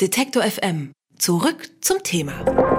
Detektor FM. Zurück zum Thema.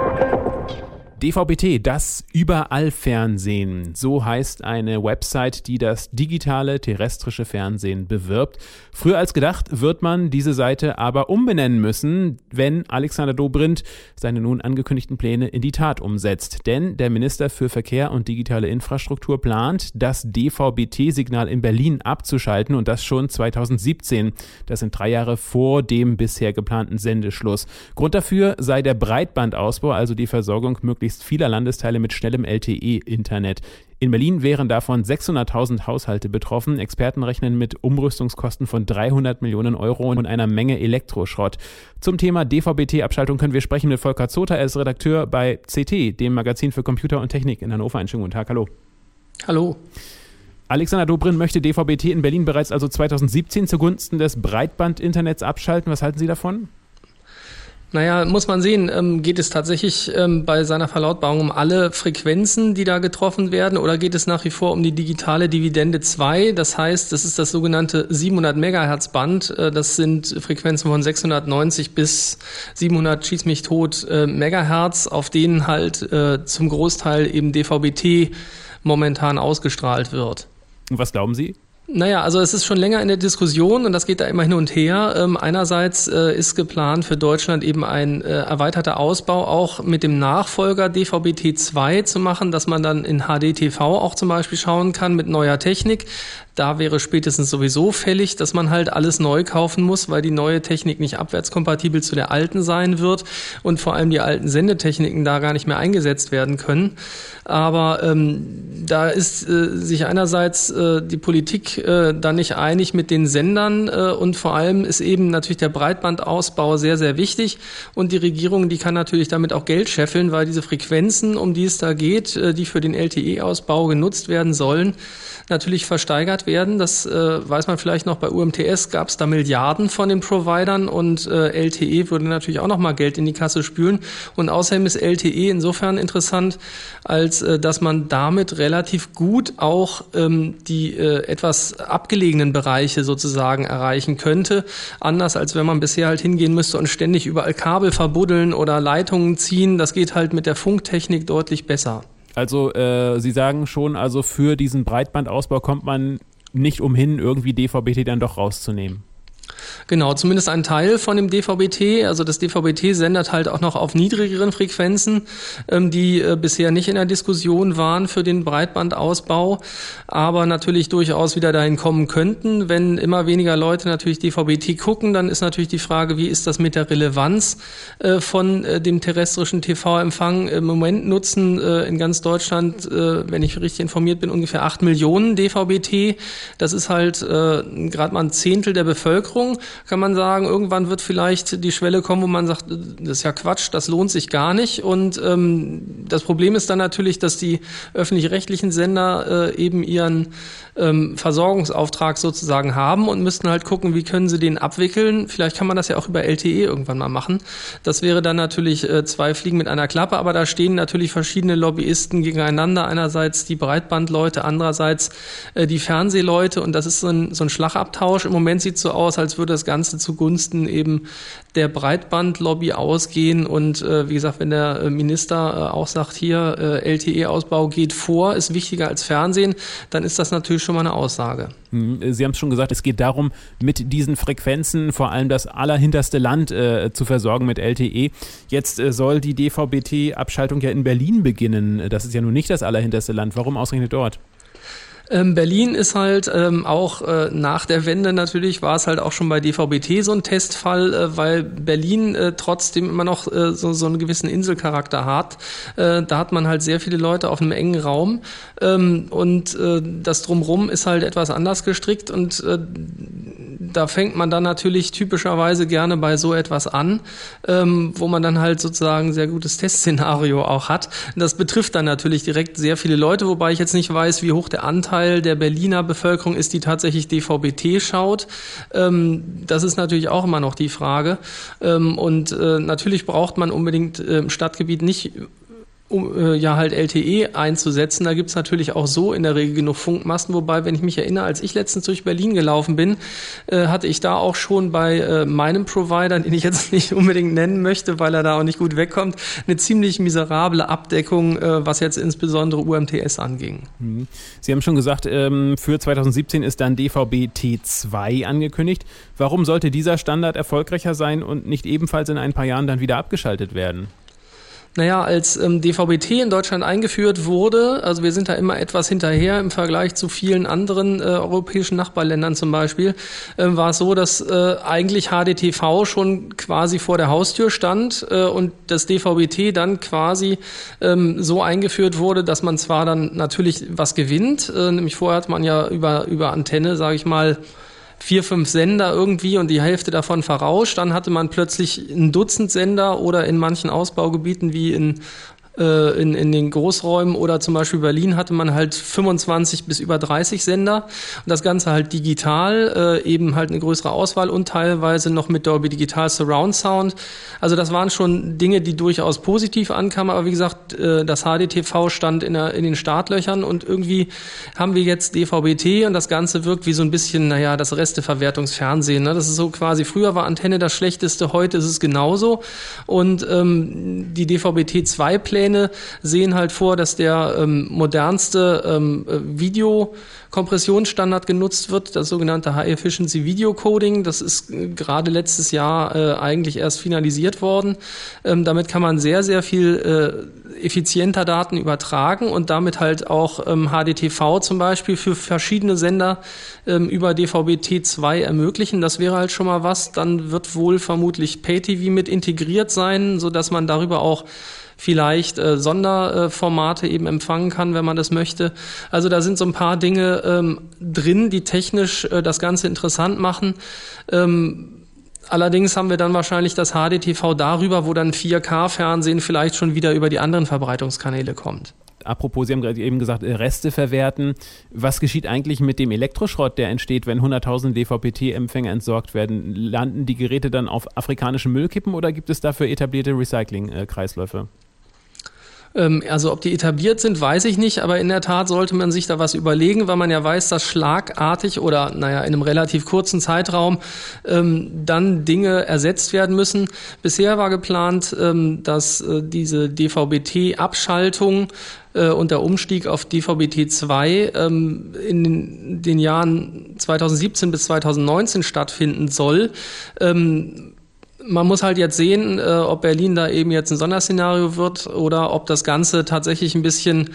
DVB-T, das Überall-Fernsehen. So heißt eine Website, die das digitale terrestrische Fernsehen bewirbt. Früher als gedacht wird man diese Seite aber umbenennen müssen, wenn Alexander Dobrindt seine nun angekündigten Pläne in die Tat umsetzt. Denn der Minister für Verkehr und digitale Infrastruktur plant, das DVB-T-Signal in Berlin abzuschalten und das schon 2017. Das sind 3 Jahre vor dem bisher geplanten Sendeschluss. Grund dafür sei der Breitbandausbau, also die Versorgung möglichst vieler Landesteile mit schnellem LTE-Internet. In Berlin wären davon 600.000 Haushalte betroffen. Experten rechnen mit Umrüstungskosten von 300 Millionen Euro und einer Menge Elektroschrott. Zum Thema DVB-T-Abschaltung können wir sprechen mit Volker Zother. Er ist Redakteur bei CT, dem Magazin für Computer und Technik in Hannover. Einen schönen guten Tag. Hallo. Hallo. Alexander Dobrindt möchte DVB-T in Berlin bereits also 2017 zugunsten des Breitband-Internets abschalten. Was halten Sie davon? Naja, muss man sehen, geht es tatsächlich bei seiner Verlautbarung um alle Frequenzen, die da getroffen werden, oder geht es nach wie vor um die digitale Dividende 2? Das heißt, das ist das sogenannte 700 Megahertz Band. Das sind Frequenzen von 690 bis 700 schieß mich tot Megahertz, auf denen halt zum Großteil eben DVB-T momentan ausgestrahlt wird. Und was glauben Sie? Naja, also es ist schon länger in der Diskussion und das geht da immer hin und her. Einerseits ist geplant für Deutschland eben ein erweiterter Ausbau auch mit dem Nachfolger DVB-T2 zu machen, dass man dann in HDTV auch zum Beispiel schauen kann mit neuer Technik. Da wäre spätestens sowieso fällig, dass man halt alles neu kaufen muss, weil die neue Technik nicht abwärtskompatibel zu der alten sein wird und vor allem die alten Sendetechniken da gar nicht mehr eingesetzt werden können. Aber da ist sich einerseits die Politik da nicht einig mit den Sendern und vor allem ist eben natürlich der Breitbandausbau sehr, sehr wichtig und die Regierung, die kann natürlich damit auch Geld scheffeln, weil diese Frequenzen, um die es da geht, die für den LTE-Ausbau genutzt werden sollen, natürlich versteigert werden. Das weiß man vielleicht noch, bei UMTS gab es da Milliarden von den Providern und LTE würde natürlich auch noch mal Geld in die Kasse spülen. Und außerdem ist LTE insofern interessant, als dass man damit relativ gut auch die etwas abgelegenen Bereiche sozusagen erreichen könnte. Anders als wenn man bisher halt hingehen müsste und ständig überall Kabel verbuddeln oder Leitungen ziehen. Das geht halt mit der Funktechnik deutlich besser. Also Sie sagen schon, also für diesen Breitbandausbau kommt man nicht umhin, irgendwie DVB-T dann doch rauszunehmen. Genau, zumindest ein Teil von dem DVB-T, also das DVB-T sendet halt auch noch auf niedrigeren Frequenzen, die bisher nicht in der Diskussion waren für den Breitbandausbau, aber natürlich durchaus wieder dahin kommen könnten. Wenn immer weniger Leute natürlich DVB-T gucken, dann ist natürlich die Frage, wie ist das mit der Relevanz von dem terrestrischen TV-Empfang? Im Moment nutzen in ganz Deutschland, wenn ich richtig informiert bin, ungefähr 8 Millionen DVB-T. Das ist halt gerade mal ein Zehntel der Bevölkerung. Kann man sagen, irgendwann wird vielleicht die Schwelle kommen, wo man sagt, das ist ja Quatsch, das lohnt sich gar nicht. Und das Problem ist dann natürlich, dass die öffentlich-rechtlichen Sender eben ihren Versorgungsauftrag sozusagen haben und müssten halt gucken, wie können sie den abwickeln. Vielleicht kann man das ja auch über LTE irgendwann mal machen. Das wäre dann natürlich 2 Fliegen mit einer Klappe, aber da stehen natürlich verschiedene Lobbyisten gegeneinander. Einerseits die Breitbandleute, andererseits die Fernsehleute und das ist so ein Schlagabtausch. Im Moment sieht es so aus, als würde das Ganze zugunsten eben der Breitbandlobby ausgehen und wie gesagt, wenn der Minister auch sagt, hier LTE-Ausbau geht vor, ist wichtiger als Fernsehen, dann ist das natürlich schon mal eine Aussage. Sie haben es schon gesagt, es geht darum, mit diesen Frequenzen vor allem das allerhinterste Land zu versorgen mit LTE. Jetzt soll die DVB-T-Abschaltung ja in Berlin beginnen. Das ist ja nun nicht das allerhinterste Land. Warum ausgerechnet dort? Berlin ist halt auch nach der Wende natürlich, war es halt auch schon bei DVB-T so ein Testfall, weil Berlin trotzdem immer noch so einen gewissen Inselcharakter hat. Da hat man halt sehr viele Leute auf einem engen Raum und das Drumherum ist halt etwas anders gestrickt und da fängt man dann natürlich typischerweise gerne bei so etwas an, wo man dann halt sozusagen ein sehr gutes Testszenario auch hat. Das betrifft dann natürlich direkt sehr viele Leute, wobei ich jetzt nicht weiß, wie hoch der Anteil der Berliner Bevölkerung ist, die tatsächlich DVB-T schaut. Das ist natürlich auch immer noch die Frage. Und natürlich braucht man unbedingt im Stadtgebiet nicht ja halt LTE einzusetzen. Da gibt's natürlich auch so in der Regel genug Funkmasten, wobei, wenn ich mich erinnere, als ich letztens durch Berlin gelaufen bin, hatte ich da auch schon bei meinem Provider, den ich jetzt nicht unbedingt nennen möchte, weil er da auch nicht gut wegkommt, eine ziemlich miserable Abdeckung, was jetzt insbesondere UMTS anging. Sie haben schon gesagt, für 2017 ist dann DVB-T2 angekündigt. Warum sollte dieser Standard erfolgreicher sein und nicht ebenfalls in ein paar Jahren dann wieder abgeschaltet werden? Naja, als DVB-T in Deutschland eingeführt wurde, also wir sind da immer etwas hinterher im Vergleich zu vielen anderen europäischen Nachbarländern zum Beispiel, war es so, dass eigentlich HDTV schon quasi vor der Haustür stand und das DVB-T dann quasi so eingeführt wurde, dass man zwar dann natürlich was gewinnt, nämlich vorher hat man ja über Antenne, sage ich mal, 4, 5 Sender irgendwie und die Hälfte davon verrauscht. Dann hatte man plötzlich ein Dutzend Sender oder in manchen Ausbaugebieten wie in den Großräumen oder zum Beispiel Berlin hatte man halt 25 bis über 30 Sender und das Ganze halt digital, eben halt eine größere Auswahl und teilweise noch mit Dolby Digital Surround Sound. Also das waren schon Dinge, die durchaus positiv ankamen, aber wie gesagt, das HDTV stand in den Startlöchern und irgendwie haben wir jetzt DVB-T und das Ganze wirkt wie so ein bisschen, das Resteverwertungsfernsehen. Ne? Das ist so quasi, früher war Antenne das Schlechteste, heute ist es genauso und die DVB-T2-Pläne sehen halt vor, dass der modernste Videokompressionsstandard genutzt wird, das sogenannte High Efficiency Video Coding. Das ist gerade letztes Jahr eigentlich erst finalisiert worden. Damit kann man sehr, sehr viel effizienter Daten übertragen und damit halt auch HDTV zum Beispiel für verschiedene Sender über DVB-T2 ermöglichen. Das wäre halt schon mal was. Dann wird wohl vermutlich Pay-TV mit integriert sein, sodass man darüber auch vielleicht Sonderformate eben empfangen kann, wenn man das möchte. Also da sind so ein paar Dinge drin, die technisch das Ganze interessant machen. Allerdings haben wir dann wahrscheinlich das HDTV darüber, wo dann 4K-Fernsehen vielleicht schon wieder über die anderen Verbreitungskanäle kommt. Apropos, Sie haben gerade eben gesagt, Reste verwerten. Was geschieht eigentlich mit dem Elektroschrott, der entsteht, wenn 100.000 DVB-T-Empfänger entsorgt werden? Landen die Geräte dann auf afrikanischen Müllkippen oder gibt es dafür etablierte Recycling-Kreisläufe? Also ob die etabliert sind, weiß ich nicht, aber in der Tat sollte man sich da was überlegen, weil man ja weiß, dass schlagartig oder in einem relativ kurzen Zeitraum dann Dinge ersetzt werden müssen. Bisher war geplant, dass diese DVB-T-Abschaltung und der Umstieg auf DVB-T2 in den Jahren 2017 bis 2019 stattfinden soll. Man muss halt jetzt sehen, ob Berlin da eben jetzt ein Sonderszenario wird oder ob das Ganze tatsächlich ein bisschen,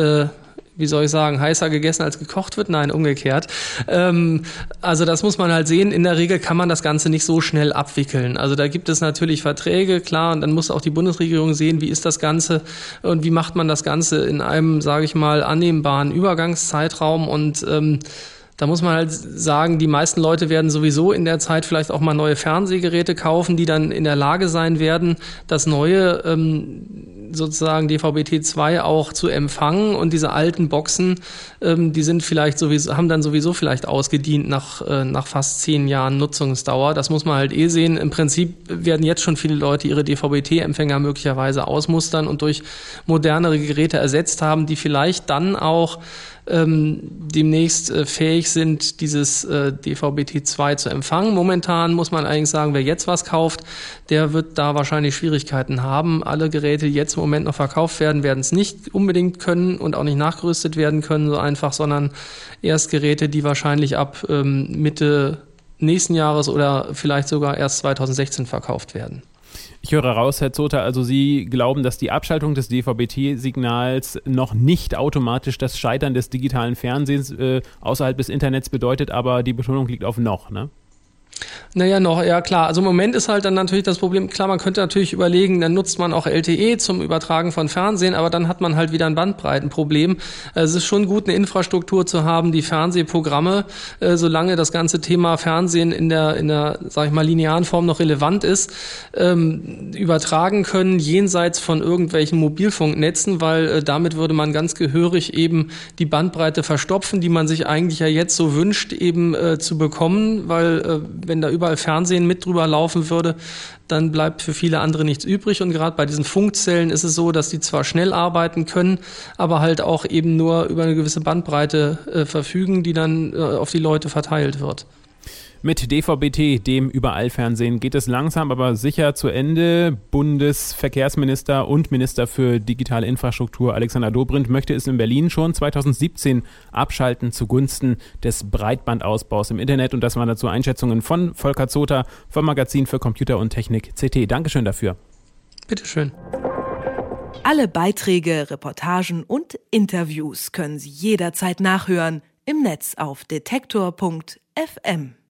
heißer gegessen als gekocht wird. Nein, umgekehrt. Also das muss man halt sehen. In der Regel kann man das Ganze nicht so schnell abwickeln. Also da gibt es natürlich Verträge, klar, und dann muss auch die Bundesregierung sehen, wie ist das Ganze und wie macht man das Ganze in einem, annehmbaren Übergangszeitraum und da muss man halt sagen, die meisten Leute werden sowieso in der Zeit vielleicht auch mal neue Fernsehgeräte kaufen, die dann in der Lage sein werden, das neue sozusagen DVB-T2 auch zu empfangen und diese alten Boxen, die sind haben dann sowieso vielleicht ausgedient nach fast 10 Jahren Nutzungsdauer. Das muss man halt sehen. Im Prinzip werden jetzt schon viele Leute ihre DVB-T-Empfänger möglicherweise ausmustern und durch modernere Geräte ersetzt haben, die vielleicht dann auch demnächst fähig sind, dieses DVB-T2 zu empfangen. Momentan muss man eigentlich sagen, wer jetzt was kauft, der wird da wahrscheinlich Schwierigkeiten haben. Alle Geräte, die jetzt im Moment noch verkauft werden, werden es nicht unbedingt können und auch nicht nachgerüstet werden können, so einfach, sondern erst Geräte, die wahrscheinlich ab Mitte nächsten Jahres oder vielleicht sogar erst 2016 verkauft werden. Ich höre raus, Herr Zotha, also Sie glauben, dass die Abschaltung des DVB-T-Signals noch nicht automatisch das Scheitern des digitalen Fernsehens außerhalb des Internets bedeutet, aber die Betonung liegt auf noch, ne? Ja klar. Also im Moment ist halt dann natürlich das Problem, klar, man könnte natürlich überlegen, dann nutzt man auch LTE zum Übertragen von Fernsehen, aber dann hat man halt wieder ein Bandbreitenproblem. Es ist schon gut, eine Infrastruktur zu haben, die Fernsehprogramme, solange das ganze Thema Fernsehen in der linearen Form noch relevant ist, übertragen können, jenseits von irgendwelchen Mobilfunknetzen, weil damit würde man ganz gehörig eben die Bandbreite verstopfen, die man sich eigentlich ja jetzt so wünscht, eben zu bekommen, weil wenn da überall Fernsehen mit drüber laufen würde, dann bleibt für viele andere nichts übrig. Und gerade bei diesen Funkzellen ist es so, dass die zwar schnell arbeiten können, aber halt auch eben nur über eine gewisse Bandbreite verfügen, die dann auf die Leute verteilt wird. Mit DVB-T, dem Überallfernsehen, geht es langsam, aber sicher zu Ende. Bundesverkehrsminister und Minister für digitale Infrastruktur Alexander Dobrindt möchte es in Berlin schon 2017 abschalten zugunsten des Breitbandausbaus im Internet. Und das waren dazu Einschätzungen von Volker Zother vom Magazin für Computer und Technik CT. Dankeschön dafür. Bitteschön. Alle Beiträge, Reportagen und Interviews können Sie jederzeit nachhören im Netz auf detektor.fm.